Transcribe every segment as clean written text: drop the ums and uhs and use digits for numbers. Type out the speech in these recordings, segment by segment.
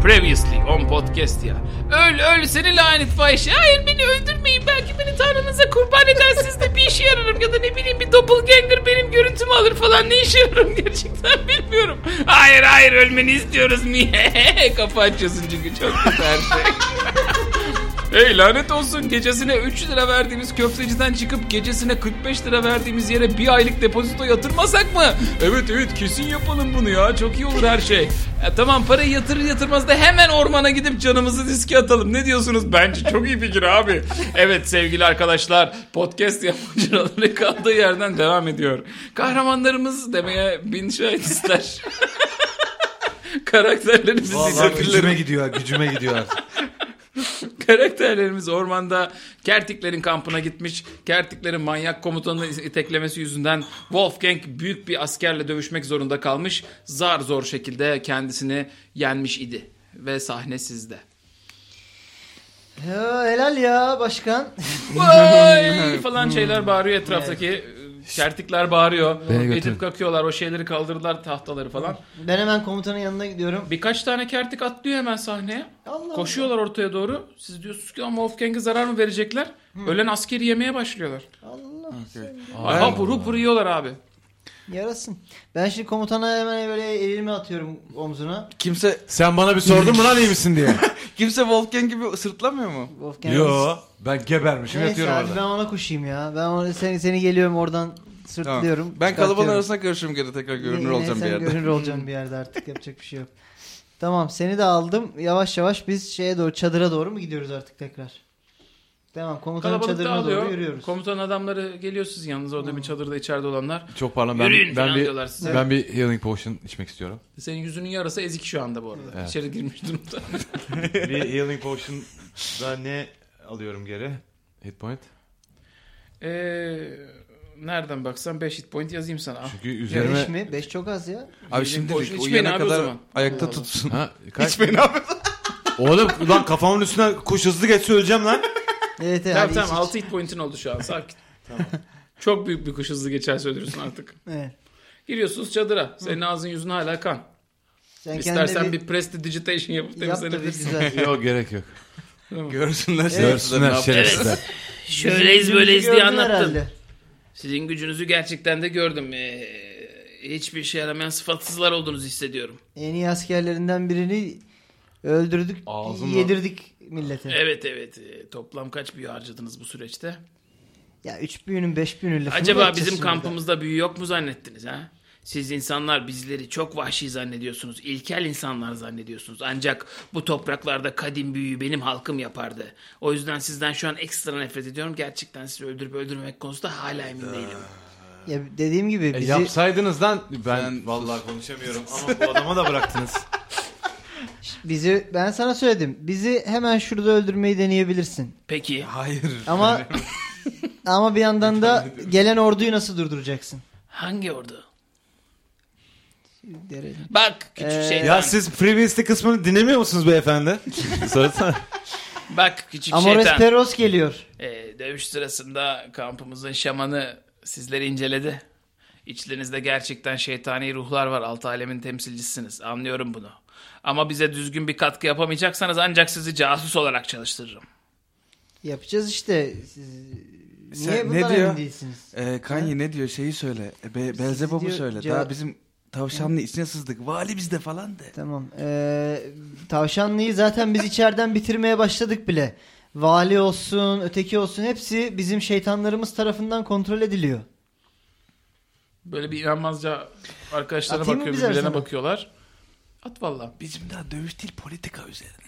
Previously on podcast ya. Öl seni lanet fahişe. Hayır beni öldürmeyin. Belki beni tanrınıza kurban edersiniz de bir işe yararım. Ya da ne bileyim bir doppelganger benim görüntümü alır falan. Ne işe yararım gerçekten bilmiyorum. Hayır ölmeni istiyoruz. Kafa açıyorsun çünkü çok güzel şey. Hey lanet olsun, gecesine 3 lira verdiğimiz köfteciden çıkıp gecesine 45 lira verdiğimiz yere bir aylık depozito yatırmasak mı? Evet kesin yapalım bunu ya, çok iyi olur her şey. Tamam, parayı yatırır yatırmaz da hemen ormana gidip canımızı riske atalım. Ne diyorsunuz? Bence çok iyi fikir abi. Evet sevgili arkadaşlar, podcast yapımcıları kaldığı yerden devam ediyor. Kahramanlarımız demeye bin şahit ister. Karakterlerimiz vallahi gücüme gidiyor artık. Karakterlerimiz ormanda Kertiklerin kampına gitmiş. Kertiklerin manyak komutanını iteklemesi yüzünden Wolfgang büyük bir askerle dövüşmek zorunda kalmış. Zar zor şekilde kendisini yenmiş idi. Ve sahne sizde. Ya, helal ya başkan. Vay falan şeyler bağırıyor etraftaki. Kertikler bağırıyor. Edip kakıyorlar. O şeyleri kaldırdılar, tahtaları falan. Ben hemen komutanın yanına gidiyorum. Birkaç tane kertik atlıyor hemen sahneye. Allah koşuyorlar ortaya doğru. Siz diyorsunuz ki ama Wolfgang'e zarar mı verecekler? Ölen askeri yemeye başlıyorlar. Allah. Hapur yiyorlar abi. Yarasın. Ben şimdi komutana hemen böyle elimi atıyorum omzuna. Sen bana bir sordun mu lan iyi misin diye. Kimse Wolfgang gibi sırtlamıyor mu? Yo, ben gebermişim yatıyorum abi, orada. ben ona koşayım ya. Ben ona seni geliyorum oradan sırtlıyorum. Tamam. Ben kalabalığın arasına karışırım, geri tekrar görünür olacağım bir yerde. Görünür olacağım bir yerde artık, yapacak bir şey yok. Tamam, seni de aldım. Yavaş yavaş biz çadıra doğru mu gidiyoruz artık tekrar? Tamam, komutanın çadırına doğru yürüyoruz. Komutan adamları geliyor sizin yanınıza, orada bir çadırda içeride olanlar. Çok pardon, ben bir healing potion içmek istiyorum. Senin yüzünün yarası ezik şu anda bu arada. Evet. İçeri girmiş durumda. Bir healing potion da ne alıyorum geri? Hit point. Nereden baksan 5 hit point yazayım sana. Çünkü üzerime... 5 mi? 5 çok az ya. Abi şimdi uyuyana kadar ayakta tutsun. İçmeyin abi. Oğlum lan kafamın üstüne kuş hızlı geçse öleceğim lan. Evet. Tamam 6 hit point'in oldu şu an, sakin. Tamam. Çok büyük bir kuş hızlı geçerse ölürsün artık. Evet. Giriyorsunuz çadıra. Senin ağzın yüzün hala kan. Sen İstersen bir prestidigitation yapıp temizlenebilirsin. Yok, gerek yok. Tamam. Görsünler şerefsizler. Evet. Şöyleyiz böyleyiz diye anlattım. Herhalde. Sizin gücünüzü gerçekten de gördüm. Hiçbir işe yaramayan sıfatsızlar olduğunuzu hissediyorum. En iyi askerlerinden birini öldürdük, yedirdik millete. Evet. Toplam kaç büyü harcadınız bu süreçte? Ya 3 büyünün 5 büyünün lafını acaba bizim kampımızda büyü yok mu zannettiniz ha? Siz insanlar bizleri çok vahşi zannediyorsunuz. İlkel insanlar zannediyorsunuz. Ancak bu topraklarda kadim büyüyü benim halkım yapardı. O yüzden sizden şu an ekstra nefret ediyorum. Gerçekten sizi öldürüp öldürmemek konusunda hala emin değilim. Ya dediğim gibi bizi... yapsaydınız lan. Ben vallahi konuşamıyorum ama bu adama da bıraktınız. Ben sana söyledim. Bizi hemen şurada öldürmeyi deneyebilirsin. Peki. Hayır. Ama bir yandan da gelen orduyu nasıl durduracaksın? Hangi ordu? Derece. Bak küçük şeytan. Ya siz Freewins'te kısmını dinlemiyor musunuz beyefendi? Sorsana. Bak küçük Amores şeytan. Perros geliyor. Dövüş sırasında kampımızın şamanı sizleri inceledi. İçlerinizde gerçekten şeytani ruhlar var. Alt alemin temsilcisiniz. Anlıyorum bunu. Ama bize düzgün bir katkı yapamayacaksanız ancak sizi casus olarak çalıştırırım. Yapacağız işte. Niye bundan emin değilsiniz? Kanye ne diyor, şeyi söyle. Belzebub'u söyle. Daha bizim tavşanlı içine sızdık. Vali bizde falan de. Tamam. Tavşanlıyı zaten biz içeriden bitirmeye başladık bile. Vali olsun, öteki olsun, hepsi bizim şeytanlarımız tarafından kontrol ediliyor. Böyle bir inanmazca arkadaşlarına bakıyor, birbirlerine bakıyorlar. At valla. Bizim daha dövüş değil, politika üzerine.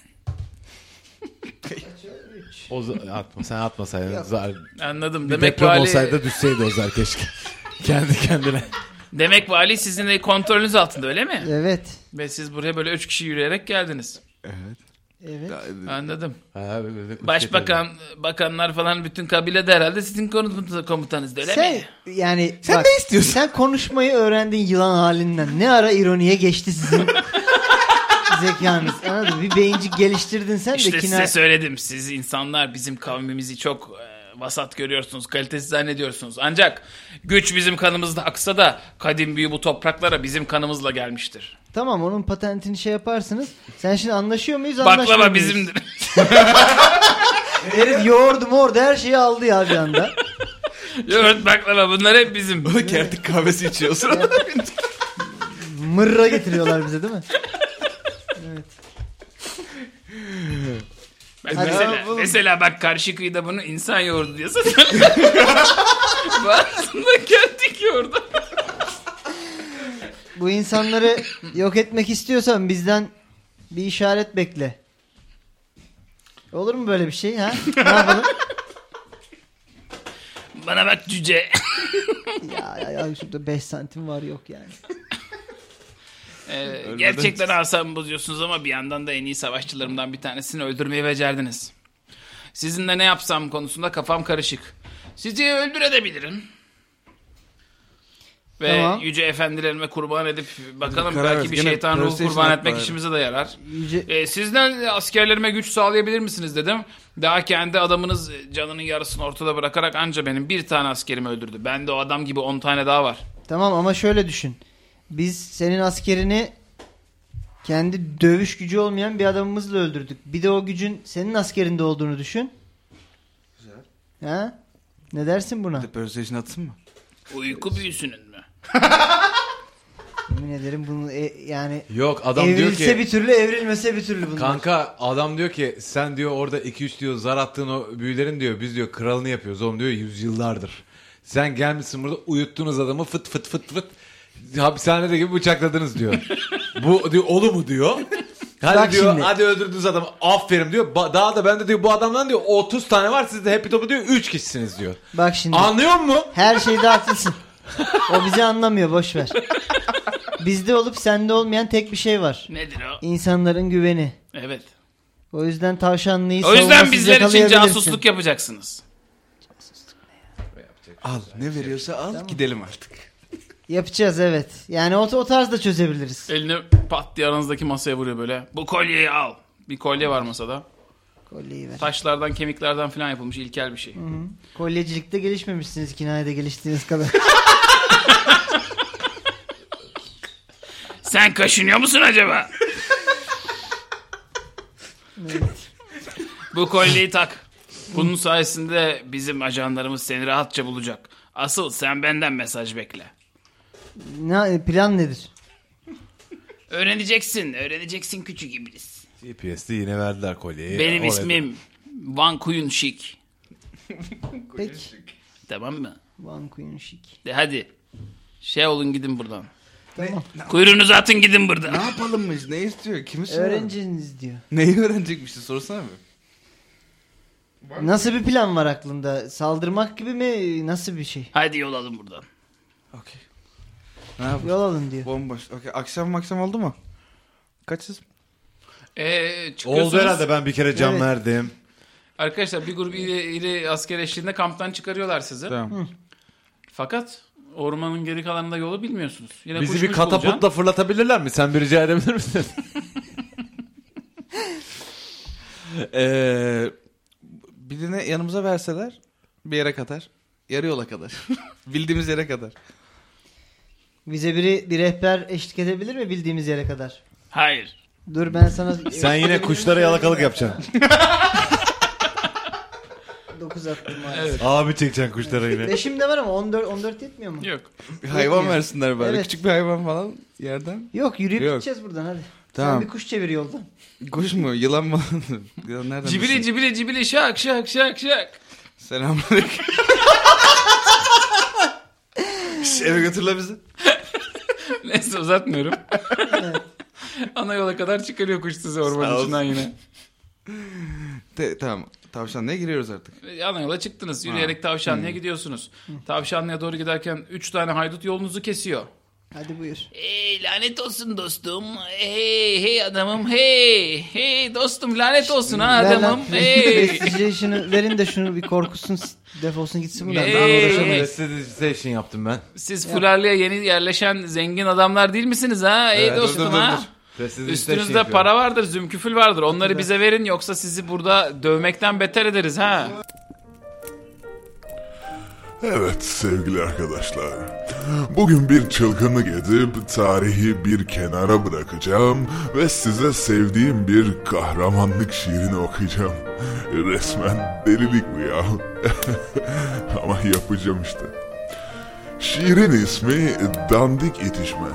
Atma, sen atmasaydın. Anladım. Bir demek deprem vali olsaydı düşseydi o zar keşke. Kendi kendine. Demek vali sizin de kontrolünüz altında, öyle mi? Evet. Ve siz buraya böyle 3 kişi yürüyerek geldiniz. Evet. Anladım. Başbakan, bakanlar falan, bütün kabile de herhalde sizin komutanınızda, öyle mi? Yani sen bak, ne istiyorsun? Sen konuşmayı öğrendin yılan halinden. Ne ara ironiye geçti sizin zekanız. Anladın mı? Bir beyincik geliştirdin sen İşte de. size söyledim. Siz insanlar bizim kavmimizi çok vasat görüyorsunuz, kalitesiz zannediyorsunuz. Ancak güç bizim kanımızda aksa da kadim büyü bu topraklara bizim kanımızla gelmiştir. Tamam, onun patentini şey yaparsınız. Sen şimdi anlaşıyor muyuz, anlaşmıyor Baklava muyuz? bizimdir. Herif yoğurdu her şeyi aldı ya bir anda. Yoğurt, baklava bunlar hep bizim. Kertik kahvesi içiyorsun. Mırra getiriyorlar bize değil mi? Evet. Bak Hadi mesela bak karşı kıyıda bunu insan yoğurdu diye satıyor. Bazısında kertik yoğurdu. Bu insanları yok etmek istiyorsan bizden bir işaret bekle. Olur mu böyle bir şey ha? Ne yapalım? Bana bak cüce. ya şurada 5 santim var yok yani. Gerçekten asabımı bozuyorsunuz ama bir yandan da en iyi savaşçılarımdan bir tanesini öldürmeyi becerdiniz. Sizinle ne yapsam konusunda kafam karışık. Sizi öldürebilirim. Ve Tamam. yüce efendilerime kurban edip bakalım Karar belki ver. bir Gene şeytan ruhu PlayStation kurban yap etmek bari. işimize de yarar. Yüce... Sizden askerlerime güç sağlayabilir misiniz dedim. Daha kendi adamınız canının yarısını ortada bırakarak anca benim bir tane askerimi öldürdü. Bende o adam gibi 10 tane daha var. Tamam ama şöyle düşün. Biz senin askerini kendi dövüş gücü olmayan bir adamımızla öldürdük. Bir de o gücün senin askerinde olduğunu düşün. Güzel. Ha? Ne dersin buna? PlayStation atsın mı? Uyku büyüsünün mü? Yemin ederim bunu yani Yok adam diyor evrilse ki bir türlü evrilmese bir türlü bunlar. kanka adam diyor ki sen diyor orada 2-3 diyor zar attığın o büyülerin diyor biz diyor kralını yapıyoruz oğlum diyor yüzyıllardır. Sen gelmişsin burada uyuttunuz adamı fıt fıt fıt fıt hapishanede gibi bıçakladınız diyor. Bu diyor olur mu diyor. Hadi Bak diyor şimdi. hadi öldürdünüz adamı aferin diyor. Daha da bende diyor bu adamdan diyor 30 tane var siz de happy topu diyor 3 kişisiniz diyor. Bak şimdi. Anlıyor musun? Her şeyde haklısın. O bizi anlamıyor, boş ver. Bizde olup sende olmayan tek bir şey var. Nedir o? İnsanların güveni. Evet. O yüzden tavşanlıyı O yüzden savunmasız bizler için yakalayabilirsin. casusluk yapacaksınız. Al. Ne veriyorsa al. Tamam. Gidelim artık. Yapacağız evet. Yani o tarz da çözebiliriz. Elini pat diye aranızdaki masaya vuruyor böyle. Bu kolyeyi al. Bir kolye var masada. Kolyeyi ver. Taşlardan, kemiklerden falan yapılmış ilkel bir şey. Hı. Kolyecilikte gelişmemişsiniz kinayede geliştiğiniz kadar. Sen kaşınıyor musun acaba? Evet. Bu kolyeyi tak. Bunun sayesinde bizim ajanlarımız seni rahatça bulacak. Asıl sen benden mesaj bekle. Plan nedir? Öğreneceksin küçük iblis. GPS'te yine verdiler kolyeyi. Benim Oraya- ismim Van Kuyun Şik. Peki. Tamam mı? Van Queen şik. De hadi. Şey olun gidin buradan. Tamam. Kuyruğunuzu atın gidin buradan. Ne yapalım biz? Ne istiyor? Kimi soralım? Öğrenciniz diyor. Neyi öğrenecekmişsin? Sorsana mı? Nasıl bir plan var aklında? Saldırmak gibi mi? Nasıl bir şey? Hadi yol alın buradan. Okey. Ne yapalım? Yol alın diyor. Bomboş. Okey. Akşam oldu mu? Kaçız? Çıkıyorsunuz. Oldu herhalde ben bir kere can Evet. verdim. Arkadaşlar bir grup iri asker eşliğinde kamptan çıkarıyorlar sizi. Tamam. Fakat ormanın geri kalanında yolu bilmiyorsunuz. Yine Bizi bir kuşmuş katapultla bulacaksın. fırlatabilirler mi? Sen bir rica edebilir misin? Birine yanımıza verseler bir yere kadar. Yarı yola kadar. Bildiğimiz yere kadar. Bize bir rehber eşlik edebilir mi bildiğimiz yere kadar? Hayır. Dur ben sana... Sen yine kuşlara yalakalık yapacaksın. 9 attım abi. Evet. Abi çekeceksin kuşlara yine. 5'im de var ama 14 yetmiyor mu? Yok. Bir hayvan Yetmiyor. versinler bari. Evet. Küçük bir hayvan falan yerden. Yok yürüyüp Yok. gideceğiz buradan hadi. Tamam. Sen bir kuş çevir yoldan. Kuş mu? Yılan mı? Yılan nereden? Cibili bilsin? cibili cibili şak şak şak şak. Selamünaleyküm. Eve götürle bizi. Neyse uzatmıyorum. Ana yola kadar çıkarıyor kuş sizi Sağ ormanın olsun. içinden yine. Tamam. Tavşanlığa giriyoruz artık. Ana yola çıktınız. Yürüyerek Tavşanlı'ya gidiyorsunuz. Tavşanlı'ya doğru giderken 3 tane haydut yolunuzu kesiyor. Hadi buyur. Lanet olsun dostum. Hey adamım hey. Hey dostum lanet olsun ha adamım. Hey. Prestigiation'ı verin de şunu bir korkusun defolsun gitsin buradan. Hey. Daha uğraşamayız. Prestidigitation yaptım ben. Siz Fularlı'ya yeni yerleşen zengin adamlar değil misiniz ha? Ey Evet, dostum dur. ha. Prestidigitation Üstünüzde yapıyorum. para vardır, zümküfül vardır. Onları bize verin yoksa sizi burada dövmekten beter ederiz ha. Evet sevgili arkadaşlar, bugün bir çılgınlık edip tarihi bir kenara bırakacağım ve size sevdiğim bir kahramanlık şiirini okuyacağım. Resmen delilik bu ya. Ama yapacağım işte. Şiirin ismi Dandik İtişme.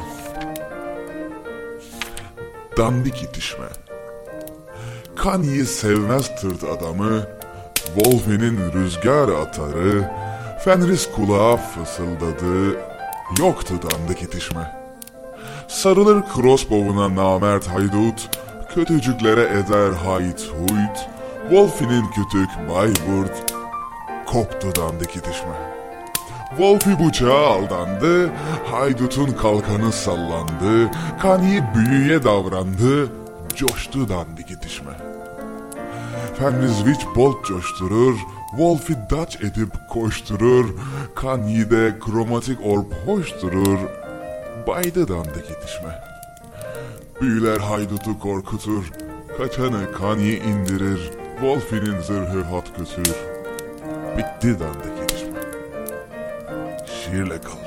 Dandik İtişme. Kanye'yi sevmez tırt adamı, Wolfie'nin rüzgar atarı, Fenris kulağa fısıldadı, yoktu dandik itişme. Sarılır crossbow'una namert haydut, kötücüklere eder hayt huyt, Wolfie'nin kütük Bayburt, koptu dandik itişme. Wolfie bıçağa aldandı, haydutun kalkanı sallandı, Kanye büyüye davrandı, coştu dandik itişme. Fenris Witch bolt coşturur, Wolfie Dutch edip koşturur, Kanye'de kromatik orb hoşturur, baydı dandik itişme. Büyüler haydutu korkutur, kaçanı Kanye indirir, Wolfie'nin zırhı hat götürür. Bitti dandik itişme. Şiirle kalın.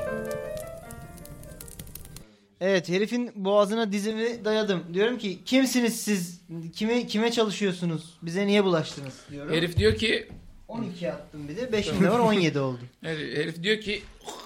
Evet, herifin boğazına dizimi dayadım. Diyorum ki kimsiniz siz? Kime çalışıyorsunuz? Bize niye bulaştınız diyorum. Herif diyor ki 12 attım bir de. 5'im de var 17 oldu. herif diyor ki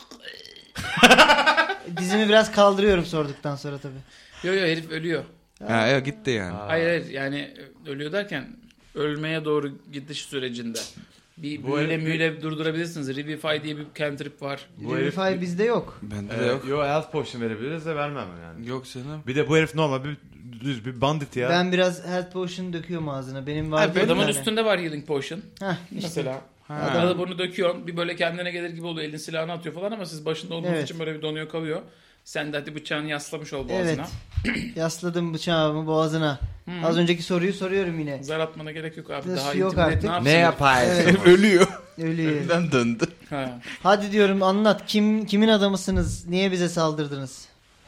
Dizimi biraz kaldırıyorum sorduktan sonra tabii. yo herif ölüyor. Ha, ya gitti yani. Hayır yani ölüyor derken ölmeye doğru gidiş sürecinde. Bir Bu büyüle herif- müyle durdurabilirsiniz. Revify diye bir cantrip var. Bu herif- Revify bizde yok. Bende de yok. Yo health potion verebiliriz de vermem yani. Yok canım. Bir de bu herif normal bir düz bir bandit ya. Ben biraz health potion döküyorum ağzına. Benim var değil Adamın mi? üstünde var healing potion. Heh, işte. Mesela. Ha. Adam bunu döküyorsun. Bir böyle kendine gelir gibi oluyor. Elin silahını atıyor falan ama siz başında olduğunuz Evet. için böyle bir donuyor kalıyor. Sen de hadi bıçağını yaslamış ol boğazına. Evet. Yasladım bıçağımı boğazına. Az önceki soruyu soruyorum yine. Zar atmana gerek yok abi. Nasıl Daha yok intimidate artık? ne yapsın? Ne yaparsın? Evet. Ölüyor. Ölüyor. Ölüden döndü. Ha. Hadi diyorum anlat. Kimin adamısınız? Niye bize saldırdınız?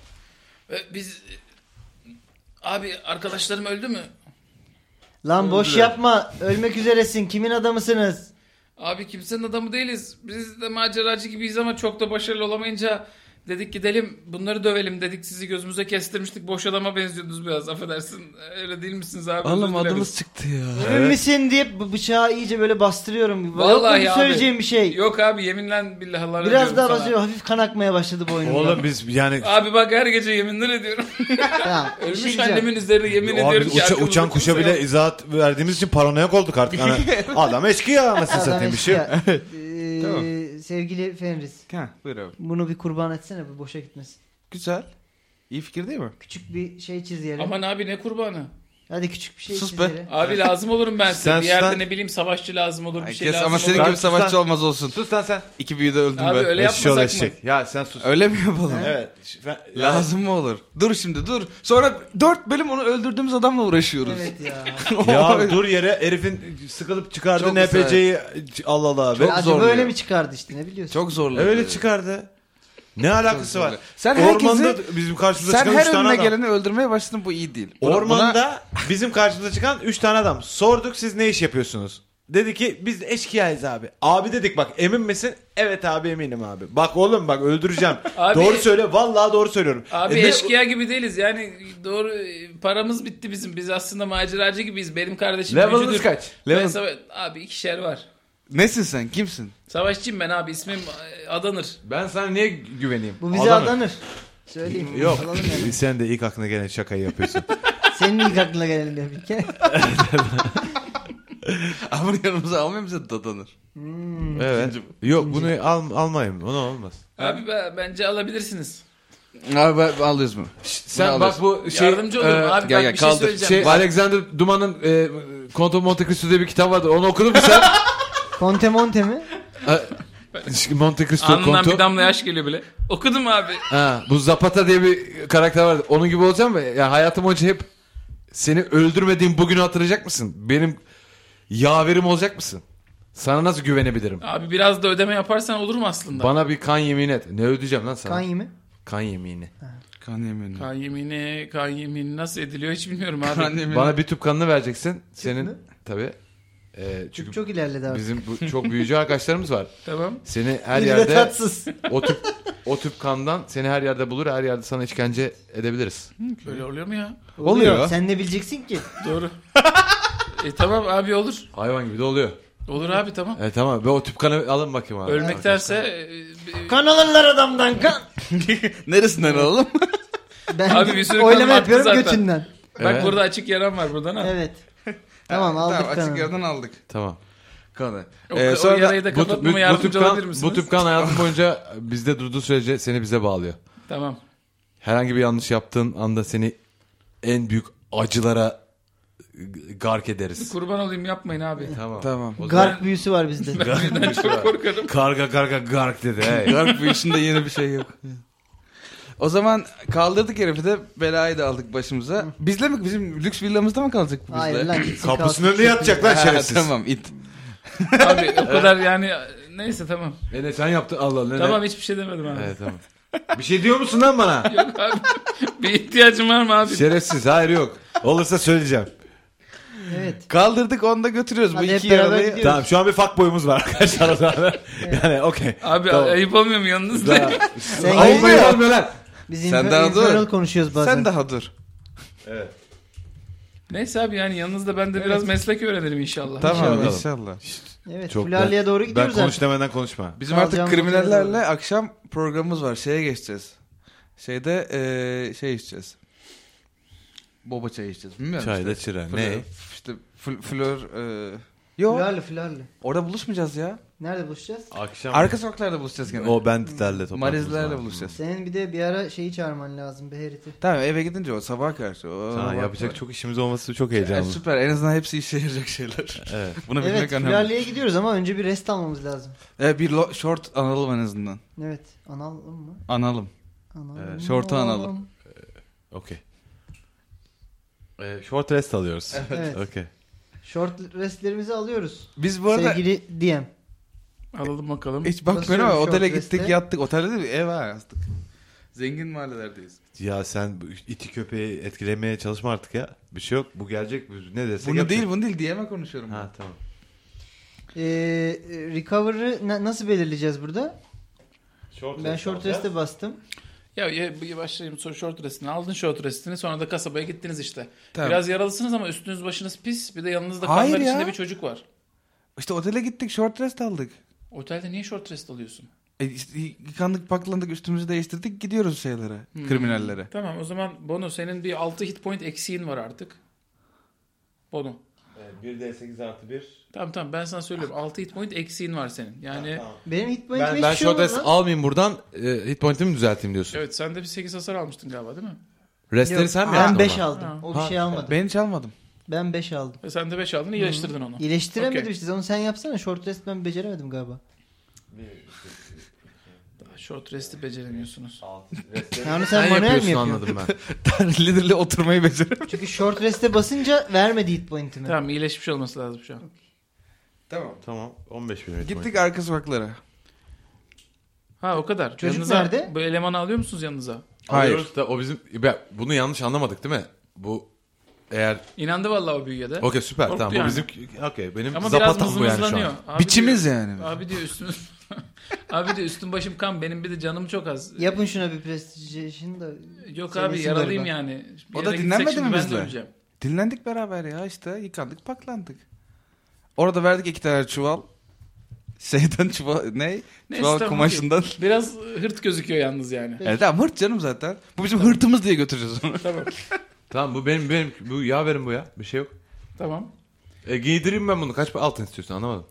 Biz abi arkadaşlarım öldü mü? Lan boş Öldüler. yapma. Ölmek üzeresin. Kimin adamısınız? Abi kimsenin adamı değiliz. Biz de maceracı gibiyiz ama çok da başarılı olamayınca dedik gidelim bunları dövelim dedik. Sizi gözümüze kestirmiştik. Boş adama benziyordunuz biraz affedersin. Öyle değil misiniz abi? Oğlum Özür dileriz. adımız çıktı ya. Emin misin diye bıçağı iyice böyle bastırıyorum. Vallahi Yok mu abi. söyleyeceğim bir şey? Yok abi yeminle billahi Allah'ına Biraz diyorum daha sana. basıyor. Hafif kan akmaya başladı boynumdan. Oğlum biz yani Abi bak her gece yeminler ediyorum. Tamam, bir şey Ölmüş diyeceğim. annemin üzerine yemin abi ediyorum biz ki. arkamızda uçan kuşa kimse bile yok. izahat verdiğimiz için paranoyak olduk artık. Hani adam eşkıya anasını Adam satayım bir şey. yok. eşkıya. Tamam. Sevgili Fenris. Ha, buyur abi. Bunu bir kurban etsene bu boşa gitmesin. Güzel. İyi fikir değil mi? Küçük bir şey çiz yere. Aman abi ne kurbanı? Hadi küçük bir şey Sus çiz be. yere. Abi lazım olurum ben size. Sen Bir yerde sus lan. ne bileyim savaşçı lazım olur bir şey Herkes lazım ama senin olur. gibi savaşçı sus. olmaz olsun. Sus lan sen. İki büyüde öldüm Abi ben. öyle Eşşoğlu yapmasak mı? eşek. Ya sen sus. Öyle mi yapalım? Evet. Lazım mı olur? Dur şimdi dur. Sonra 4 bölüm onu öldürdüğümüz adamla uğraşıyoruz. Evet ya. Ya dur yere herifin sıkılıp çıkardığı Çok NPC'yi Allah Allah. Çok Acaba zorluyor. öyle mi çıkardı işte ne biliyorsun? Çok zorlu. Öyle çıkardı. Ne alakası var? Sen Ormanda herkesi, bizim karşımıza sen çıkan 3 her tane önüne adam. geleni öldürmeye başladın, bu iyi değil. Ormanda bizim karşımıza çıkan 3 tane adam. Sorduk siz ne iş yapıyorsunuz? Dedi ki biz eşkıyayız abi. Abi dedik bak emin misin? Evet abi eminim abi. Bak oğlum bak öldüreceğim. Abi- Doğru söyle vallahi doğru söylüyorum. Abi Ne- eşkıya gibi değiliz yani doğru paramız bitti bizim. Biz aslında maceracı gibiyiz. Benim kardeşim Level'ınız gücüdür. kaç? Ben abi 2'şer var. Nesin sen? Kimsin? Savaşçıyım ben abi ismim Adanır. Ben sana niye güveneyim? Bu bize Adamım. adanır. Söyleyeyim. Yok. Alalım yani. Sen de ilk aklına gelen şakayı yapıyorsun. Senin ilk aklına gelelim diye bir kere. Ama yanımıza almıyor musun dadanır? Evet. Yok bunu almayayım. Ona olmaz. Abi bence alabilirsiniz. Abi alıyoruz mu? Sen bak bu şey Yardımcı olurum abi gel, bak gel, bir şey kaldır. söyleyeceğim. Alexander Dumas'ın Count of Monte Cristo diye bir kitap vardı. Onu okudun mu sen? Conte Monte mi? Monte Cristo Alnından Conto. bir damla yaş geliyor bile. Okudum abi. Ha, bu Zapata diye bir karakter vardı. Onun gibi olacağım mı? Ya hayatım boyunca hep seni öldürmediğim bugünü hatırlayacak mısın? Benim yaverim olacak mısın? Sana nasıl güvenebilirim? Abi biraz da ödeme yaparsan olur mu aslında? Bana bir kan yemin et. Ne ödeyeceğim lan sana? Kanyi mi? Kan yemini. Kan yemini. Kan yemini nasıl ediliyor hiç bilmiyorum abi. Kan yemini. Bana bir tüp kanını vereceksin. Senin mü? tabii. Çünkü Çok ilerledi artık. bizim bu çok büyücü arkadaşlarımız var. Tamam. Seni her Biri de yerde tatsız. o tüp kandan seni her yerde bulur, her yerde sana işkence edebiliriz. Böyle oluyor mu ya? Oluyor. Sen ne bileceksin ki? Doğru. Tamam abi olur. Hayvan gibi de oluyor. Olur abi tamam. Tamam. Ve o tüp kanı alın bakayım abi. Ölmektense Kan alırlar adamdan kan. Neresinden alalım? Ben Abi bir sürü oylama kanım attı yapıyorum zaten. götünden. bak Evet. burada açık yaram var buradan ha. Evet. Tamam aldık Tamam, açık kanı. yerden aldık. Tamam. Kanı. O yarayı da kapatmama yardımcı olabilir misiniz? bu tüp kan hayatın boyunca bizde durduğu sürece seni bize bağlıyor. Tamam. Herhangi bir yanlış yaptığın anda seni en büyük acılara gark ederiz. Kurban olayım yapmayın abi. Tamam. O zaman- Garp büyüsü var bizde. Ben çok korkarım. Karga gark dedi. Hey. Garp büyüsünde yeni bir şey yok. O zaman kaldırdık herifi de belayı da aldık başımıza. Bizle mi? Bizim lüks villamızda mı kalacak bu bizle? Hayır lan gitsin Kapısının kalsın. önünde yatacak lan Ha, şerefsiz. tamam it. Abi o kadar yani neyse tamam. Ne sen yaptın Allah Allah. Tamam hiçbir şey demedim abi. Evet tamam. Bir şey diyor musun lan bana? Yok abi. Bir ihtiyacım var mı abi? Şerefsiz hayır yok. Olursa söyleyeceğim. Evet. Kaldırdık onu da götürüyoruz. Hadi bu hep iki beraber yaralıyı. gidiyoruz. Tamam şu an bir fuck boyumuz var arkadaşlar o zaman. Yani okey. Abi Tamam. ayıp olmuyor mu yanınızda? Sen Olmuyor gel. olmuyor lan. Biz Sen daha dur. infernal konuşuyoruz bazen. Sen daha dur. Evet. Neyse abi yani yanınızda ben de biraz meslek öğrenirim inşallah. Tamam İnşallah. inşallah. Evet. Çok Fularlı'ya doğru Ben gidiyoruz konuş artık. demeden konuşma. Bizim artık Kalacağımız kriminallerle yere akşam programımız var. Şeye geçeceğiz. Şeyde şey içeceğiz. Boba çayı içeceğiz. Bilmiyorum Çayda işte. çıra. Flör- Ne? İşte flör. Yok. Fularlı. Orada buluşmayacağız ya. Nerede buluşacağız? Akşam. Arka sokaklarda buluşacağız gene. O banditlerle toplantımız Marizlerle var. buluşacağız. Senin bir de bir ara şeyi çağırman lazım Beherit'i. Tamam eve gidince o sabaha karşı. Sana yapacak çok işimiz olması çok Evet, heyecanlı. süper. En azından hepsi işe yarayacak şeyler. Evet. Bunu Evet bilmek önemli. Fularlı'ya gidiyoruz ama önce bir rest almamız lazım. Bir short analım en azından. Evet. Analım mı? Analım. Analım. Evet, şortu analım. Okey. Short rest alıyoruz. Evet. Okey. Short restlerimizi alıyoruz. Biz bu arada Sevgili DM. Alalım bakalım. hiç bakmıyorum Basıyorum ama otele short gittik rest'e. yattık. Otelde değil ev ha yattık. Zengin mahallelerdeyiz. Ya sen bu iti köpeği etkilemeye çalışma artık ya. Bir şey yok. Bu gelecek. Ne desek Bunu yapacak. bunu değil diyeme konuşuyorum. Ha tamam. Recover'ı nasıl belirleyeceğiz burada? Ben short rest'e bastım. Ya başlayayım sonra short restini. Aldın short restini sonra da kasabaya gittiniz işte. Tamam. Biraz yaralısınız ama üstünüz başınız pis. Bir de yanınızda Hayır kanlar ya. içinde bir çocuk var. İşte otele gittik short rest aldık. Otelde niye short rest alıyorsun? İşte yıkandık paklandık üstümüzü değiştirdik gidiyoruz şeylere. Kriminallere. Tamam o zaman Bono senin bir 6 hit point eksiğin var artık. Bono. 1d8 artı 1. Tamam ben sana söylüyorum. 6 hit point eksiğin var senin. Yani Benim hit point'ime Ben hiçbir şey short rest olmadı. almayayım buradan. Hit point'imi düzelteyim diyorsun. evet sen de bir 8 hasar almıştın galiba değil mi? Restleri Yok, sen mi ben yaptın 5 ama? aldım. Ha. O bir şey almadı. Ben hiç almadım. Ben 5 aldım. Ve sen de 5 aldın iyileştirdin onu. İyileştiremedim Okey. işte. Onu sen yapsana. Short rest ben beceremedim galiba. Short rest'i beceremiyorsunuz. Yani sen Sen manuel mi yapıyorsun yapıyorsun? anladım ben. Literally oturmayı beceremiyorum. Çünkü short rest'e basınca vermedi hit point'imi. Tamam iyileşmiş olması lazım şu an. Tamam. Tamam 15 bin hit Gittik point. arka sokaklara. Ha o kadar. Çocuk yanınıza, nerede? Bu elemanı alıyor musunuz yanınıza? Hayır. Alıyoruz da o bizim... Bunu yanlış anlamadık değil mi? Bu eğer... İnandı vallahi o büyüye de. Okey süper Korktu tamam yani. bu bizim... Okey benim Ama biraz zapatam bu yani şu mızmızlanıyor. an. Abi Biçimiz diyor, yani. Abi diyor üstümüz... abi diyor üstüm başım kan benim bir de canım çok az. Yapın şuna bir prestijin da. Yok Senin abi isim yaralıyım ver bak. yani. Bir O yere da gitsek dinlenmedi şimdi mi ben de bizle? öleceğim. Dinlendik beraber ya işte yıkandık paklandık. Orada verdik 2 tane çuval. Şeyden çuval ne? Neyse, Çuval tamam, kumaşından. Biraz hırt gözüküyor yalnız yani. Evet tamam hırt canım zaten. Bu bizim hırtımız diye götüreceğiz onu. Tamam. Tamam bu benim bu yağ verin bu ya. Bir şey yok. Tamam. Giydireyim ben bunu. Kaç altın istiyorsun anlamadım.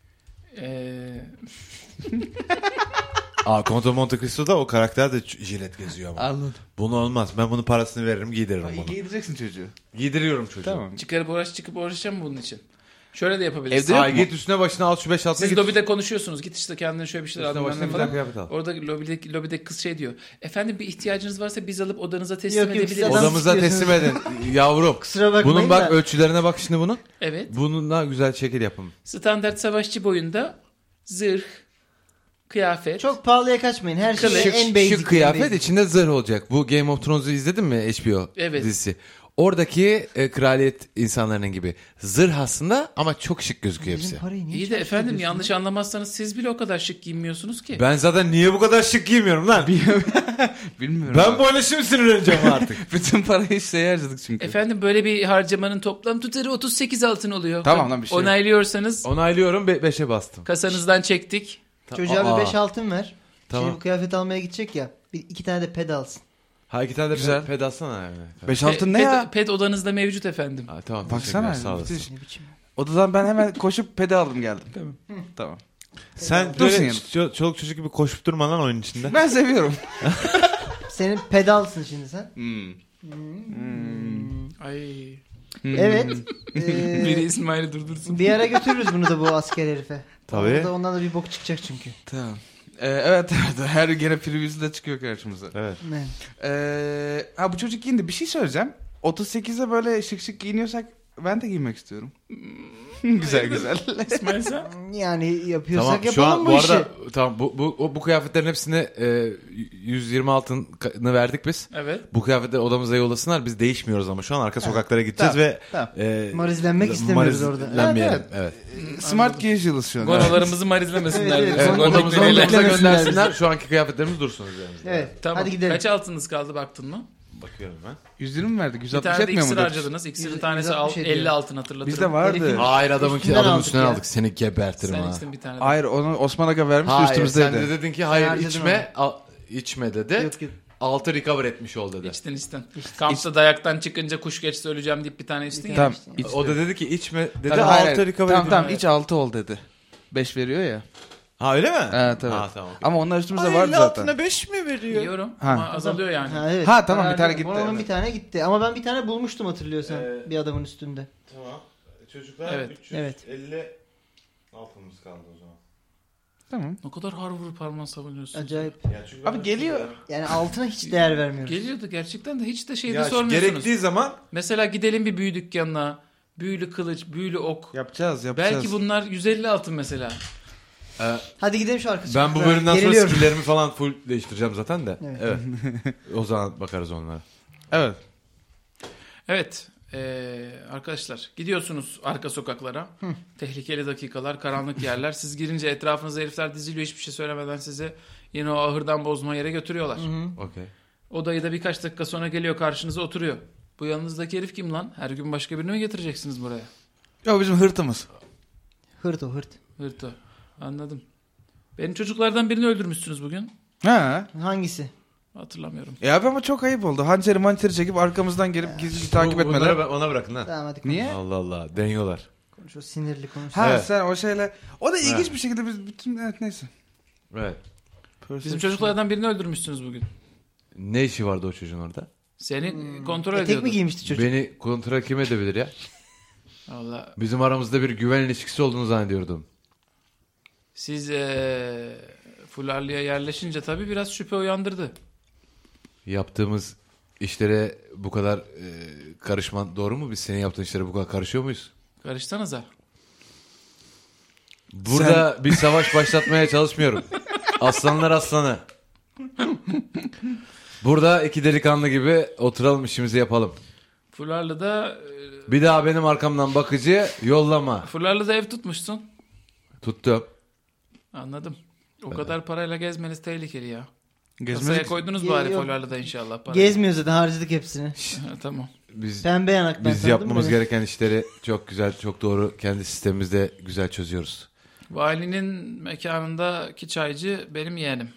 Conte Monte Cristo'da o karakter de jilet geziyor ama. Anladım. Bunu olmaz. Ben bunun parasını veririm giydiririm bunu. Giydireceksin çocuğu. Giydiriyorum çocuğu. Tamam. çıkıp uğraşacağım mı bunun için? Şöyle de yapabiliriz. Evde yok Ay mu? git üstüne başına al şu 5 altına Siz git. lobide konuşuyorsunuz. Git işte kendine şöyle bir şeyler Üstüne al. başına bilmem ne güzel falan. kıyafet al. Orada lobideki kız şey diyor. Efendim bir ihtiyacınız varsa biz alıp odanıza teslim Yok, yok, edebiliriz. siz adam- Odamıza teslim edin yavrum. Kusura bakmayın Bunun bak da. ölçülerine bak şimdi bunun. Evet. Bununla güzel şekil yapın. Standart savaşçı boyunda zırh, kıyafet. Çok pahalıya kaçmayın. Her şey Kılıç, en basic. Şu kıyafet en basic. içinde zırh olacak. Bu Game of Thrones'u izledin mi HBO Evet. dizisi? Oradaki kraliyet insanlarının gibi. Zırh aslında ama çok şık gözüküyor hepsi. Bizim parayı niye İyi de çarçur efendim ediyorsun yanlış ya? anlamazsanız siz bile o kadar şık giyinmiyorsunuz ki. Ben zaten niye bu kadar şık giymiyorum lan? Bilmiyorum. Ben bu öyle şimdi sinirleneceğim artık. Bütün parayı şeye harcadık çünkü. Efendim böyle bir harcamanın toplam tutarı 38 altın oluyor. Tamam lan, bir şey yok. Onaylıyorsanız Onaylıyorum 5'e bastım. kasanızdan çektik. Çocuğa Aa. bir 5 altın ver. Tamam. Şimdi bu kıyafet almaya gidecek ya. 2 tane de ped alsın. Ha 2 tane de Güzel. ped alsana yani. 5 altın ne ya? Pet odanızda mevcut efendim. Ha, tamam. Baksana. Baksana. Sağ olasın. müthiş. Ne biçim? Odadan ben hemen koşup pede aldım geldim. Tamam. Sen Dursun böyle yanım. çoluk çocuk gibi koşup durma lan oyun içinde. Ben seviyorum. Senin ped alsın şimdi sen. Ay. Evet. Biri İsmail'i durdursun. Bir ara götürürüz bunu da bu asker herife. Tabii. Orada ondan da bir bok çıkacak çünkü. Tamam. Evet her gene previews de çıkıyor karşımıza. Evet. Ne? Bu çocuk giyindi. Bir şey söyleyeceğim. 38'e böyle şık şık giyiniyorsak ben de giymek istiyorum. güzel güzel. İsmail sen? Yani yapıyorsak Tamam şu yapalım an bu bu işi. arada tamam bu kıyafetlerin hepsini 120 altını verdik biz. Evet. Bu kıyafetleri odamıza yollasınlar. Biz değişmiyoruz ama şu an arka sokaklara gideceğiz Tamam, ve tamam. e, Marizlenmek istemiyoruz orada. Marizlenmeyelim. Evet. Smart casual'ız şu an. Gonolarımızı marizlemesinler. Evet, diyorsun. evet. Gonolarımızı Odamıza Göndersinler göndersinler. Şu anki kıyafetlerimiz dursun üzerimizde. Evet. Tamam. Hadi gidelim. Kaç altınız kaldı baktın mı? Bakıyorum ben. 120 mi verdik? Bir 160 tane de etmiyor mu? iksir dört? harcadınız. İksirin 100, tanesi 160 ediyor. 50 altın hatırlatırım. Bizde vardı. Herifin- Hayır adamın Üstünden adamın aldık üstüne ya. aldık. Seni gebertirim Sen ha. içtin bir tane. Hayır onu Osman Aga vermiş Hayır üstümüzdeydi. sen de dedin ki hayır harcadın içme. İçme dedi. Yok yok. 6 recover etmiş ol dedi. İçtin. Kampta dayaktan çıkınca kuş geçse öleceğim deyip bir tane içtin ya. Tamam. İçtin. iç- O da dedi ki içme dedi. Tabii, hayır, 6 recover Tamam edin. tamam iç 6 ol dedi. 5 veriyor ya. Ha öyle mi? Evet evet. Ha tamam. Ama onlar üstümüzde vardı zaten. 5 mi veriyor? Yiyorum Ha. ama azalıyor yani. Ha, evet. Ha, tamam, bir Herhalde tane gitti, Onun evet. bir tane gitti. Ama ben bir tane bulmuştum hatırlıyorsan. Bir adamın üstünde. Tamam. Çocuklar Evet. 350 altımız kaldı o zaman. Tamam. Ne kadar har vurur parmağın savunuyorsun. Acayip. Ya çünkü Abi ben- geliyor. Yani altına hiç değer vermiyoruz. Geliyordu gerçekten de hiç de şeyde Ya sormuyorsunuz. gerektiği zaman Mesela gidelim bir büyü dükkanına. Büyülü kılıç, büyülü ok. Yapacağız. Belki bunlar 150 altın mesela. Hadi gidelim şu arkasına. ben bu bölümden sonra Geriliyorum. skill'lerimi falan full değiştireceğim zaten de. Evet. Evet. O zaman bakarız onlara. Evet. Evet arkadaşlar gidiyorsunuz arka sokaklara. Tehlikeli dakikalar, karanlık yerler. Siz girince etrafınıza herifler diziliyor hiçbir şey söylemeden sizi yine o ahırdan bozma yere götürüyorlar. Okey. Odayı da birkaç dakika sonra geliyor karşınıza oturuyor. Bu yanınızdaki herif kim lan? Her gün başka birini mi getireceksiniz buraya? Ya bizim hırtımız. Hırt o hırt. Hırto. Anladım. Benim çocuklardan birini öldürmüşsünüz bugün. Ha. Hangisi? Hatırlamıyorum. Abi ama çok ayıp oldu. Hançeri mançeri çekip arkamızdan gelip gizli takip etmeler. Ona bırakın lan. Tamam hadi konuş. Niye? Allah Allah. Deniyorlar. Konuş o sinirli konuş. Ha Evet. sen o şeyle. O da ilginç Evet. bir şekilde biz bütün neyse. Evet. Bizim çocuklardan birini öldürmüşsünüz bugün. Ne işi vardı o çocuğun orada? Seni kontrol Etek ediyordu. mi giymişti çocuk? Beni kontrol kim edebilir ya? Vallahi Bizim aramızda bir güven ilişkisi olduğunu zannediyordum. siz Fularlı'ya yerleşince tabii biraz şüphe uyandırdı. Yaptığımız işlere bu kadar karışman doğru mu? Biz senin yaptığın işlere bu kadar karışıyor muyuz? Karışsanıza. Burada bir savaş başlatmaya çalışmıyorum. Aslanlar aslanı. Burada iki delikanlı gibi oturalım işimizi yapalım. Fularlı'da Bir daha benim arkamdan bakıcı yollama. Fularlı'da ev tutmuşsun. Tuttum. Anladım. O kadar parayla gezmeniz tehlikeli ya. Kasaya Gezmedik. koydunuz Yok, bari yok. Fularlı'da inşallah parayı. Gezmiyor zaten harcadık hepsini. Ha, tamam. Biz Pembe yanak ben biz tanıdım yapmamız böyle. gereken işleri çok güzel, çok doğru kendi sistemimizde güzel çözüyoruz. Valinin mekanındaki çaycı benim yeğenim.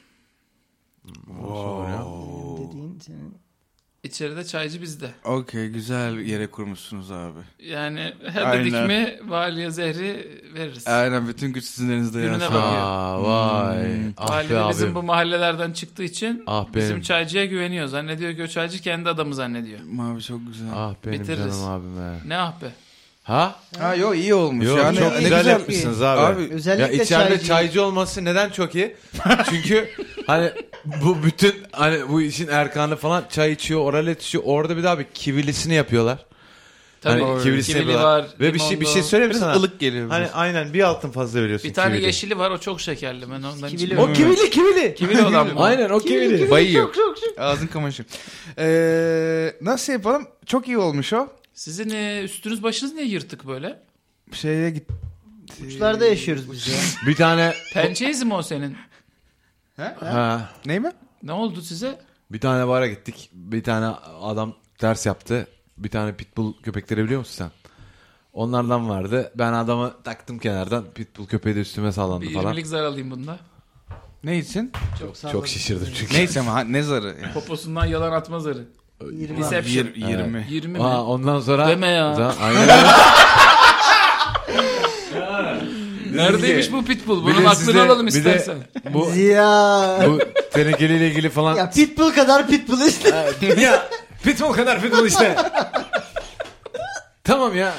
Dediğin senin. İçeride çaycı bizde. Okey güzel yere kurmuşsunuz abi. Yani her Aynen. dedik mi valiye zehri veririz. Aynen bütün güç sizin elinizde ya. Gününe şu an. bakıyor. Aa vay. Ah Vali be de bizim abim. bu mahallelerden çıktığı için Ah bizim benim. çaycıya güveniyor. Zannediyor ki o çaycı kendi adamı zannediyor. Mavi çok güzel. Ah benim Bitiririz. canım abim be. Ne ah be. Ha? Ha yo iyi olmuş. Yok yani çok ne güzel, yapmışsınız abi. Abi, Ya Özellikle içeride çaycı olması neden çok iyi? Çünkü hani bu bütün hani bu işin erkanı falan çay içiyor, oralet içiyor. Orada bir daha bir kivilisini yapıyorlar. Tabii. Hani kivrisini Kivili yapıyorlar. var, Ve bir şey limonlu. söyleyeyim mi sana? ılık geliyor. Hani aynen bir altın fazla veriyorsun. Bir tane kivili. yeşili var, o çok şekerli. Ben ondan Kivili içmiyorum. O kivili. Kivili olan bu. Aynen o kivili. Bayıyor. Ağzın kamaşı. Nasıl yapalım? Çok iyi olmuş o. Sizin üstünüz başınız niye yırtık böyle? Şeye git. Uçlarda yaşıyoruz biz ya. Bir tane Pençe izi mi o senin? ha, Ney mi? Ne oldu size? bir tane bara gittik. Bir tane adam ders yaptı. Bir tane pitbull köpekleri biliyor musun sen? Onlardan vardı. Ben adamı taktım kenardan. Pitbull köpeği de üstüme sallandı Bir falan. 20'lik zar alayım bunda. Ne için? Çok şişirdim çünkü. Neyse ama ne zarı? Yani. Poposundan yalan atma zarı. 20 Reception. 20. 20 mi? Ondan sonra... Deme ya. Aynen. Neredeymiş bu pitbull? Bir Bunun de aklını size- alalım bir de- istersen. Bu, Ziya. bu tenekeliyle ilgili falan... Ya pitbull kadar pitbull işte. ya pitbull kadar pitbull işte. Tamam ya.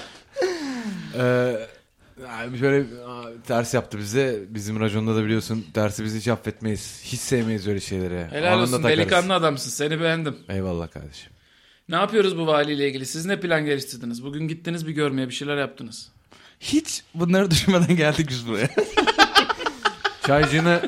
Şöyle ders yaptı bize. Bizim raconda da biliyorsun dersi biz hiç affetmeyiz. Hiç sevmeyiz öyle şeyleri. Helal Anında olsun, takarız. delikanlı adamsın. Seni beğendim. Eyvallah kardeşim. Ne yapıyoruz bu valiyle ilgili? Siz ne plan geliştirdiniz? Bugün gittiniz bir görmeye, bir şeyler yaptınız. Hiç bunları düşünmeden geldik biz buraya. Çaycını...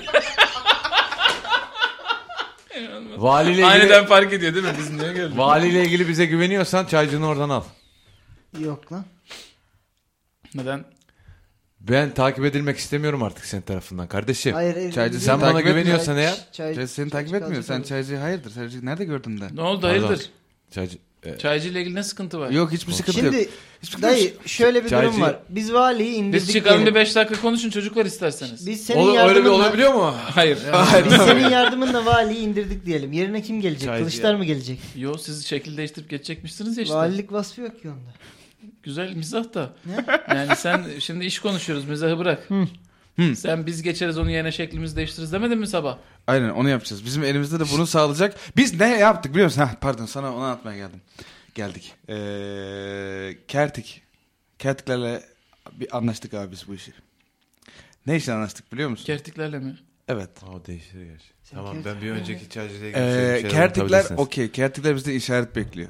Valiyle ilgili, Aniden fark ediyor değil mi? Biz niye geldik? valiyle ilgili bize güveniyorsan çaycını oradan al. Yok lan. Neden? Ben takip edilmek istemiyorum artık senin tarafından kardeşim. Hayır. Çaycı Sen bana takip etmiyor. güveniyorsan eğer. Çaycı seni takip etmiyor. Sen Çaycı'yı hayırdır? Çaycı'yı nerede gördün de? Ne oldu, Pardon. hayırdır? Çaycı... Çaycı ile ilgili ne sıkıntı var? Yok hiçbir sıkıntı yok. Şimdi Hiçbir dayı şöyle bir Çaycı- durum var. Biz valiyi indirdik Biz çıkalım diyelim. bir 5 dakika konuşun çocuklar isterseniz. Biz senin Öyle bir yardımınla olabiliyor mu? Hayır. biz senin yardımınla valiyi indirdik diyelim. Yerine kim gelecek? Çaycı Kılıçlar mı gelecek? Yo, siz şekil değiştirip geçecekmişsiniz ya işte. Valilik vasfı yok ki onda. Güzel mizah da. Ne? Yani sen şimdi iş konuşuyoruz, mizahı bırak. Sen biz geçeriz onun yerine şeklimizi değiştiririz demedin mi sabah? Aynen onu yapacağız. Bizim elimizde de bunu sağlayacak. Biz ne yaptık biliyor musun? Pardon sana onu anlatmaya geldim. Geldik. Kertiklerle bir anlaştık abi biz bu işi. Ne için anlaştık biliyor musun? Kertiklerle mi? Evet. O değişir gerçi. Tamam kertik- ben bir önceki çaycıyla ilgili bir şeyler Kertikler unutabilirsiniz. okey. Kertikler bizde işaret bekliyor.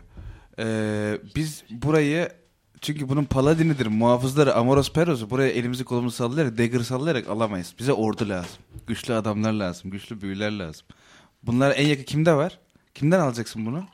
Biz burayı çünkü bunun paladinidir, muhafızları, Amoros Peros'u buraya elimizi kolumuzu sallayarak, dagger sallayarak alamayız. Bize ordu lazım. Güçlü adamlar lazım. Güçlü büyüler lazım. Bunlar en yakın kimde var? Kimden alacaksın bunu?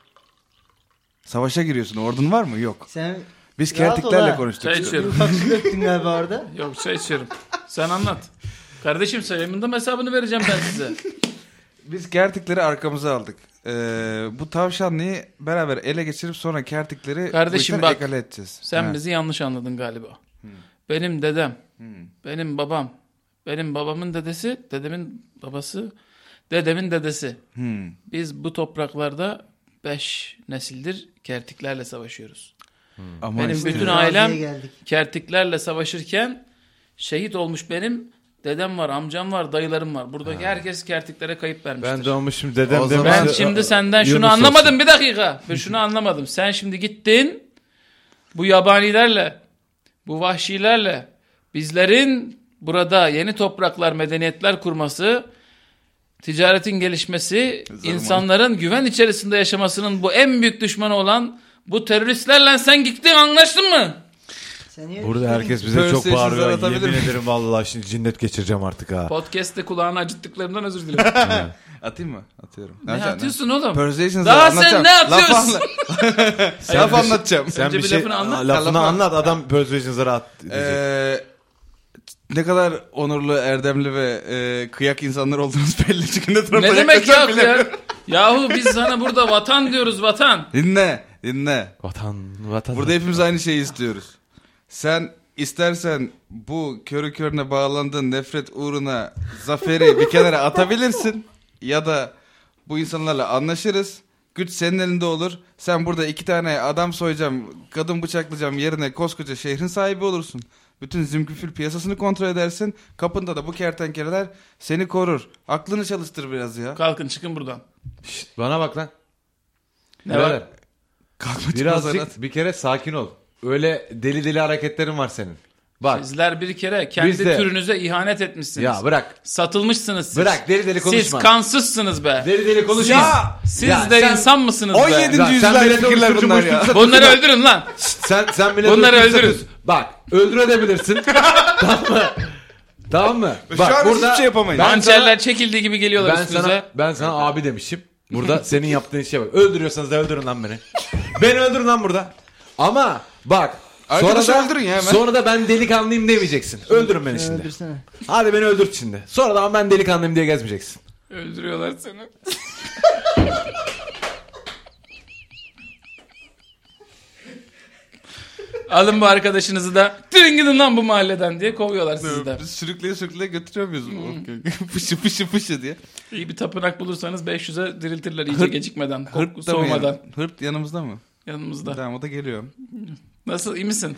Savaşa giriyorsun. Ordun var mı? Yok. Sen Biz rahat ol kertiklerle ha. konuştuk. Çay bir içiyorum. ufak su döktün galiba orada. Yok, çay içiyorum. Sen anlat. Kardeşim sayımında hesabını vereceğim ben size. Biz kertikleri arkamıza aldık. Bu tavşanlıyı beraber ele geçirip sonra kertikleri Kardeşim bu bak, işten egale edeceğiz. Sen Ha. bizi yanlış anladın galiba. Benim dedem, benim babam, benim babamın dedesi, dedemin babası, dedemin dedesi. Biz bu topraklarda 5 nesildir kertiklerle savaşıyoruz. Ama Benim işte- bütün Gazi'ye ailem geldik. kertiklerle savaşırken şehit olmuş benim. Dedem var, amcam var, dayılarım var. Buradaki herkes kertiklere kayıp vermiştir. Ben doğmuşum dedem O zaman- demiş. Ben şimdi senden şunu Yunus anlamadım, olsun. bir dakika. Ben şunu anlamadım. Sen şimdi gittin bu yabanilerle, bu vahşilerle bizlerin burada yeni topraklar, medeniyetler kurması, ticaretin gelişmesi, insanların güven içerisinde yaşamasının bu en büyük düşmanı olan bu teröristlerle sen gittin, anlaştın mı? Sen niye Burada öyle herkes bize çok Persuasion'ı bağırıyor. atabilir Yemin miyim? ederim vallahi şimdi cinnet geçireceğim artık ha. Podcast'te kulağını acıttıklarımdan özür dilerim. Atayım mı? Atıyorum. Ne atıyorsun oğlum? Persuasion'ı Daha sen anlatacağım. ne atıyorsun? Laf anlatacağım. Sen Önce bir bir şey lafını anlat. lafını anlat adam Persuasion'ı at diyecek. Ne kadar onurlu, erdemli ve kıyak insanlar olduğunuz belli. Çünkü ne tarafa Ne demek ya? yaklaşacağım Yahu biz sana burada vatan diyoruz, vatan. Dinle. Vatan. Burada hepimiz aynı şeyi istiyoruz. Sen istersen bu körü körüne bağlandığın nefret uğruna zaferi bir kenara atabilirsin. Ya da bu insanlarla anlaşırız. Güç senin elinde olur. Sen burada 2 tane adam soyacağım, kadın bıçaklayacağım yerine koskoca şehrin sahibi olursun. Bütün zümküfül piyasasını kontrol edersin. Kapında da bu kertenkeleler seni korur. Aklını çalıştır biraz ya. Kalkın çıkın buradan. Şşt, bana bak lan. Ne var? Birader, Kalkma çıkmaz birazcık Arat. bir kere sakin ol. Öyle deli deli hareketlerin var senin. Bak. Sizler bir kere kendi Biz de- türünüze ihanet etmişsiniz. Ya bırak. Satılmışsınız siz. Bırak deli deli konuşma. Siz kansızsınız be. Deli deli konuşma. Ya! Siz Ya de sen- insan mısınız be? 17. Lan sen yüzyıllar millete fikirler uyuşturucu bunlar ya. uyuşturucu Bunları öldürün lan. Sen millete Bunları uyuşturucu öldürün. satıyorsun. Bak öldürebilirsin. Tamam mı? Tamam mı? Şu an biz hiçbir şey yapamayız. Hançerler çekildiği gibi geliyorlar üstünüze. Ben sana abi demişim. Burada senin yaptığın işe bak. Öldürüyorsanız da öldürün lan beni. Beni öldürün lan burada. Ama bak. Arkadaşı Sonra da, öldürün ya hemen. sonra da ben delikanlıyım demeyeceksin. Öldürün beni şimdi. Öldürsene. Hadi beni öldür şimdi. Sonra da ama ben delikanlıyım diye gezmeyeceksin. Öldürüyorlar seni. Alın bu arkadaşınızı da gidin lan bu mahalleden diye kovuyorlar sizi de. Biz sürükleye götürüyor muyuz? Fışı fışı fışı diye. İyi bir tapınak bulursanız 500'e diriltirler iyice gecikmeden, Hırt da mı soğumadan. yani? Hırt yanımızda mı? Yanımızda. Tamam o da geliyor. Nasıl, iyi misin?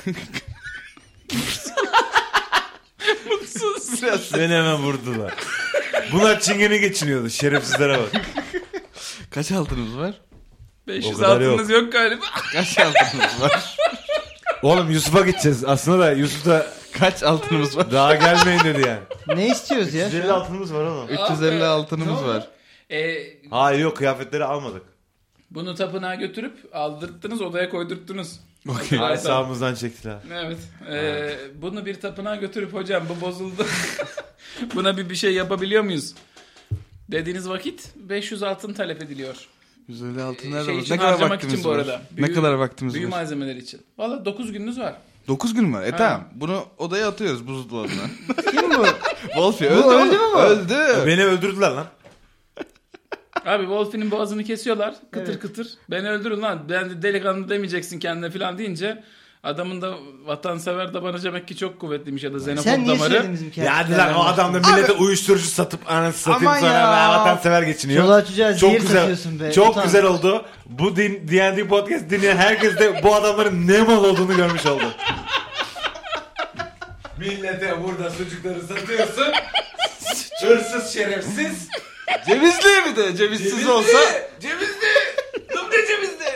Beni hemen vurdular. Bunlar çingene geçiniyordu. Şerefsizlere bak. Kaç altınımız var? 500 O kadar altınız yok galiba. Kaç altınımız var? Oğlum Yusuf'a gideceğiz. Aslında da Yusuf da Kaç altınımız var? daha gelmeyin dedi yani. Ne istiyoruz ya? 150 altınımız var oğlum. 350 altınımız var. Hayır yok kıyafetleri almadık. Bunu tapınağa götürüp aldırttınız, odaya koydurttunuz. Okey. Ay sağımızdan çektiler. Evet. Bunu bir tapınağa götürüp hocam bu bozuldu. Buna bir şey yapabiliyor muyuz? Dediğiniz vakit 500 altın talep ediliyor. 150 altın nerede Şey var? için Ne kadar harcamak vaktimiz için bu var? arada. Ne kadar vaktimiz Büyü var? malzemeleri için. Valla 9 gününüz var. 9 gün var. Tamam. Bunu odaya atıyoruz buzdolabına. Kim bu? Wolfie Bu öldü mü bu? Öldü. Beni öldürdüler lan. Abi Wolfie'nin boğazını kesiyorlar. Kıtır kıtır. Beni öldürün lan. Ben de delikanlı demeyeceksin kendine falan deyince adamın da vatansever damarı demek ki çok kuvvetliymiş ya da Sen xenofon niye damarı. söyledin bizim Ya hadi lan o adam da millete uyuşturucu satıp anasını satayım Aman sonra ya. vatansever geçiniyor. Çoluğa çocuğa Çok zehir güzel. satıyorsun be. Çok Utan. güzel oldu. Bu D&D podcast dinleyen herkes de bu adamların ne mal olduğunu görmüş oldu. Millete burada sucukları satıyorsun. Hırsız şerefsiz. Cevizli bir de. Cevizsiz olsa. Cevizli. Duble cevizli.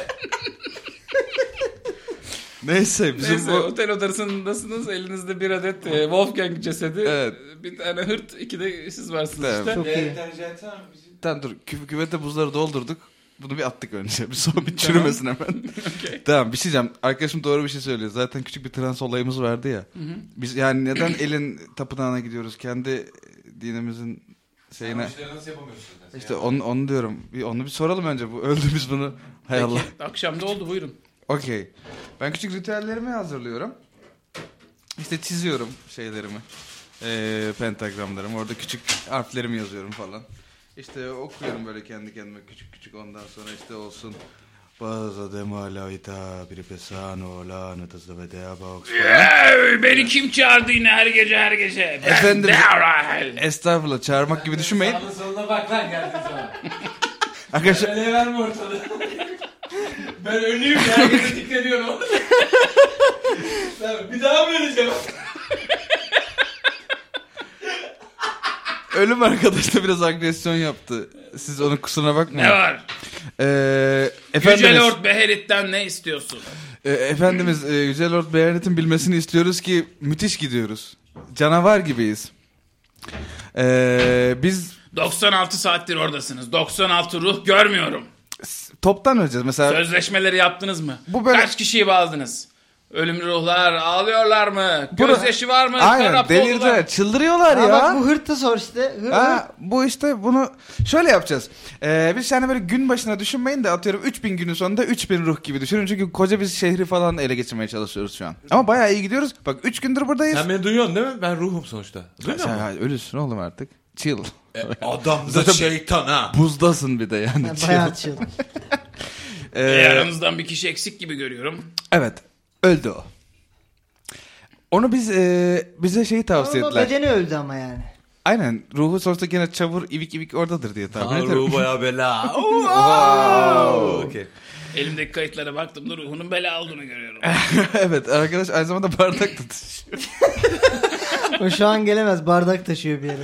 Neyse bizim Neyse bu. otel odasındasınız. Elinizde bir adet Wolfgang cesedi. Evet. Bir tane hırt, iki de siz varsınız Evet. işte. Çok iyi. Tamam dur. Küvete buzları doldurduk. Bunu bir attık önce. Bir sonra bir çürümesin hemen. Tamam bir şey diyeceğim. Arkadaşım doğru bir şey söylüyor. Zaten küçük bir trans olayımız vardı ya. Biz yani neden elin tapınağına gidiyoruz? Kendi dinimizin şeyine. Nasıl yapamıyorsunuz? İşte onu diyorum. Onu bir soralım önce. Bu öldü biz bunu. Hay Allah. Peki, akşam da oldu, buyurun. Okey. Ben küçük ritüellerimi hazırlıyorum. İşte çiziyorum şeylerimi. Pentagramlarımı. Orada küçük harflerimi yazıyorum falan. İşte okuyorum böyle kendi kendime küçük küçük, ondan sonra işte olsun. Bazı demala ita bir pesano la notası ve deaba. Beni kim çağırdı yine her gece? Ben Efendim? derhal. Estağfurullah, çağırmak gibi düşünmeyin. Sağına soluna bak lan geldi sana. Arkadaşlar Öyle verme ortalığı. Ben ölüyüm ya. Herkese dikkat ediyorum. Bir daha mı öleceğim? ölüm arkadaş da biraz agresyon yaptı. Siz onun kusuruna bakmayın. Ne var? Yüce Efendimiz, Lord Beherit'ten ne istiyorsun? Efendimiz Yüce Lord Beherit'in bilmesini istiyoruz ki müthiş gidiyoruz. Canavar gibiyiz. Biz 96 saattir oradasınız. 96 ruh görmüyorum. toptan öleceğiz. Mesela Sözleşmeleri yaptınız mı? Bu böyle- Kaç kişiyi bağladınız? Ölümlü ruhlar ağlıyorlar mı? Gözyaşı var mı? Aynen Tarafta oldular. delirdiler. Çıldırıyorlar Ha ya. bak bu hırtı sor işte. Ha, bu işte bunu şöyle yapacağız. Biz yani böyle gün başına düşünmeyin de atıyorum 3000 günün sonunda 3000 ruh gibi düşünün. Çünkü koca bir şehri falan ele geçirmeye çalışıyoruz şu an. Ama bayağı iyi gidiyoruz. Bak 3 gündür buradayız. Sen beni duyuyorsun değil mi? Ben ruhum sonuçta. Duyuyor Sen musun? ölüsün oğlum artık. Chill. Adam da Zaten- şeytan ha. Buzdasın bir de yani. Bayağı çıl. Aranızdan bir kişi eksik gibi görüyorum. Evet. Öldü o. Onu biz bize şeyi tavsiye Onun ettiler. bedeni öldü ama yani. Aynen. Ruhu sonuçta gene çavur ivik ivik oradadır diye tahmin Ha, ediyorum. ruhu bayağı bela. Okay. Elimdeki kayıtlara baktığımda ruhunun bela olduğunu görüyorum. Evet. Arkadaş aynı zamanda bardak da taşıyor. O şu an gelemez. Bardak taşıyor bir yere.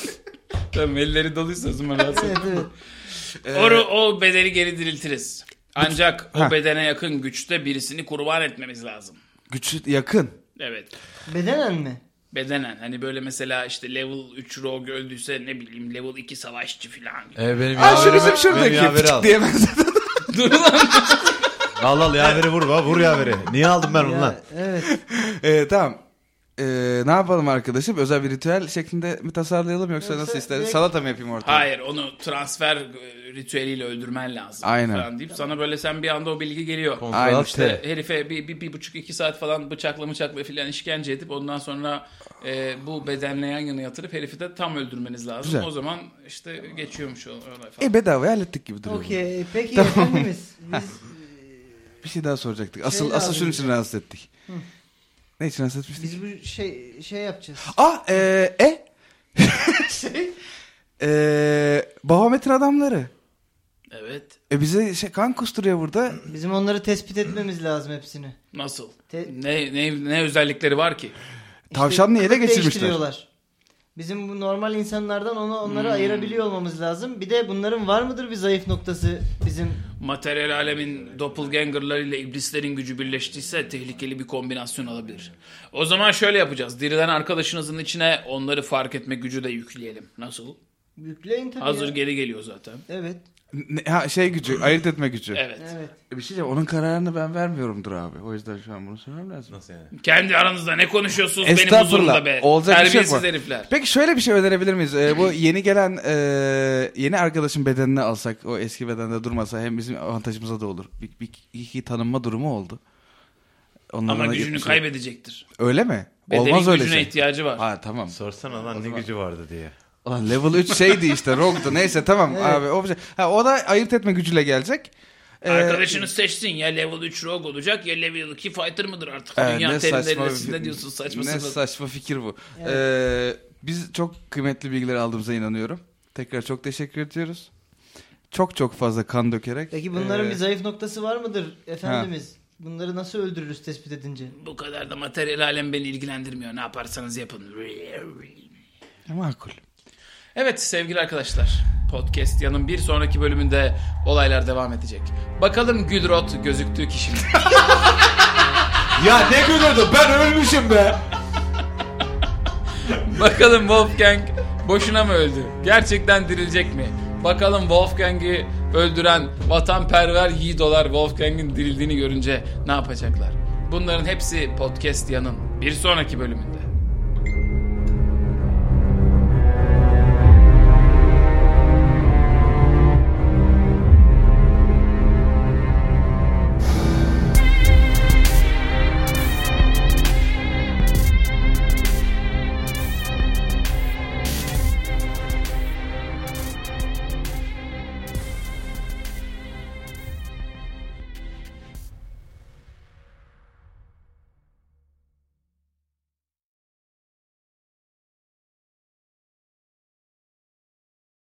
Tamam, elleri doluysa o zaman rahatsız. Evet evet. O bedeli geri diriltiriz. Ancak o bedene yakın güçte birisini kurban etmemiz lazım. Güç yakın. Evet. Bedenen mi? Bedenen. Hani böyle mesela işte level 3 rogue öldüyse ne bileyim level 2 savaşçı falan. Benim Şu bizim benim şuradaki yaveri al. fıçık diyemez. Dur lan. Al yaveri vur yaveri. Niye aldım ben onu lan? Evet. Tamam. Ne yapalım arkadaşım? Özel bir ritüel şeklinde mi tasarlayalım yoksa nasıl isteriz? direkt- Salata mı yapayım ortaya? Hayır, onu transfer ritüeliyle öldürmen lazım. Aynen. Falan deyip sana böyle sen bir anda o bilgi geliyor. Aynen. İşte herife bir buçuk 2 saat falan bıçakla filan işkence edip ondan sonra bu bedenle yan yana yatırıp herifi de tam öldürmeniz lazım. Güzel. O zaman işte geçiyormuş o olay falan. Bedavaya hallettik gibi duruyor. Okey. Peki efendimiz biz Bir şey daha soracaktık. Şey Asıl şunun için lazım. rahatsız ettik. Ne için rahatsız etmiştik? biz bu şey yapacağız. Bahomet'in adamları. Evet. Bize kan kusturuyor burada. Bizim onları tespit etmemiz lazım hepsini. Nasıl? Te- Ne özellikleri var ki? Tavşanlı ele kılık geçirmişler. değiştiriyorlar. Bizim bu normal insanlardan onları ayırabiliyor olmamız lazım. Bir de bunların var mıdır bir zayıf noktası bizim? Materyal alemin doppelgangerlarıyla iblislerin gücü birleştiyse tehlikeli bir kombinasyon olabilir. O zaman şöyle yapacağız. Dirilen arkadaşınızın içine onları fark etme gücü de yükleyelim. Nasıl? Yükleyin tabii Hazır ya. geri geliyor zaten. Evet. Gücü, ayırt etme gücü. Evet. Evet. Bir şey diyeceğim, onun kararını ben vermiyorumdur abi. O yüzden şu an bunu söylemem lazım. Nasıl yani? Kendi aranızda ne konuşuyorsunuz benim Estağfurullah. huzurumda be? Olacak bir şey Terbiyesiz yok mu? herifler. Peki şöyle bir şey önerebilir miyiz? Bu yeni gelen yeni arkadaşın bedenini alsak, o eski bedende durmasa hem bizim avantajımıza da olur. Bir iki tanınma durumu oldu. Onların Ama ona gücünü gitmiş- kaybedecektir. Öyle mi? Bedenin Olmaz öyle gücüne şey. ihtiyacı var. Ha tamam. Sorsana lan ne gücü vardı diye. Ulan level 3 şeydi işte, rogue'du. Neyse tamam Evet. abi. O da ayırt etme gücüyle gelecek. Arkadaşını seçsin ya level 3 rogue olacak ya level 2 fighter mıdır artık? Dünya ne terimleri saçma arasında diyorsun saçma ne sapan. saçma fikir bu. Biz çok kıymetli bilgiler aldığımıza inanıyorum. Tekrar çok teşekkür ediyoruz. Çok fazla kan dökerek. Peki bunların bir zayıf noktası var mıdır efendimiz? Bunları nasıl öldürürüz tespit edince? Bu kadar da materyal alem beni ilgilendirmiyor. Ne yaparsanız yapın. Makul. Evet sevgili arkadaşlar. Podcast yanın bir sonraki bölümünde olaylar devam edecek. Bakalım Gülrot gözüktüğü kişi mi? Ya ne gülüyordu, ben ölmüşüm be. Bakalım Wolfgang boşuna mı öldü? Gerçekten dirilecek mi? Bakalım Wolfgang'i öldüren vatanperver yiğidolar Wolfgang'in dirildiğini görünce ne yapacaklar? Bunların hepsi Podcast yanın bir sonraki bölümünde.